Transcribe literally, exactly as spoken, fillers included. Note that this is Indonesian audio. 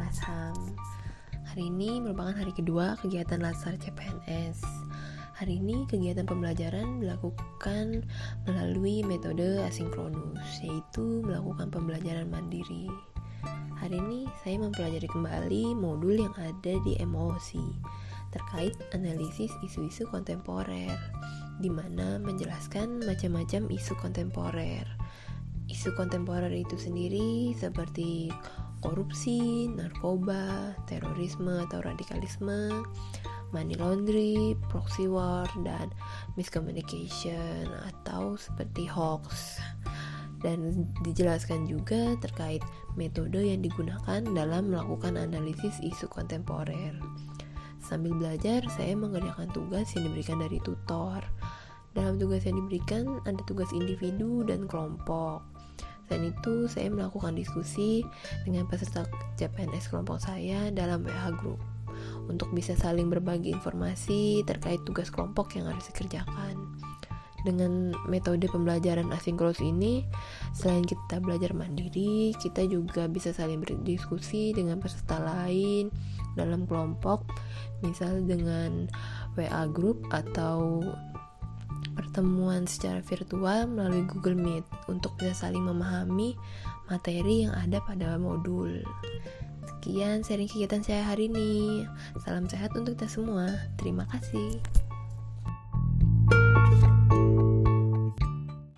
Komnas H A M. Hari ini merupakan hari kedua kegiatan Latsar C P N S. Hari ini kegiatan pembelajaran dilakukan melalui metode asinkronus, yaitu melakukan pembelajaran mandiri. Hari ini saya mempelajari kembali modul yang ada di M O C terkait analisis isu-isu kontemporer, di mana menjelaskan macam-macam isu kontemporer. Isu kontemporer itu sendiri seperti korupsi, narkoba, terorisme atau radikalisme, money laundry, proxy war, dan miscommunication atau seperti hoax. Dan dijelaskan juga terkait metode yang digunakan dalam melakukan analisis isu kontemporer. Sambil belajar, saya mengerjakan tugas yang diberikan dari tutor. Dalam tugas yang diberikan ada tugas individu dan kelompok. Selain itu, saya melakukan diskusi dengan peserta C P N S kelompok saya dalam W A group untuk bisa saling berbagi informasi terkait tugas kelompok yang harus dikerjakan. Dengan metode pembelajaran asinkronus ini, selain kita belajar mandiri, kita juga bisa saling berdiskusi dengan peserta lain dalam kelompok, misal dengan W A group atau pertemuan secara virtual melalui Google Meet untuk bisa saling memahami materi yang ada pada modul. Sekian sharing kegiatan saya hari ini. Salam sehat untuk kita semua. Terima kasih.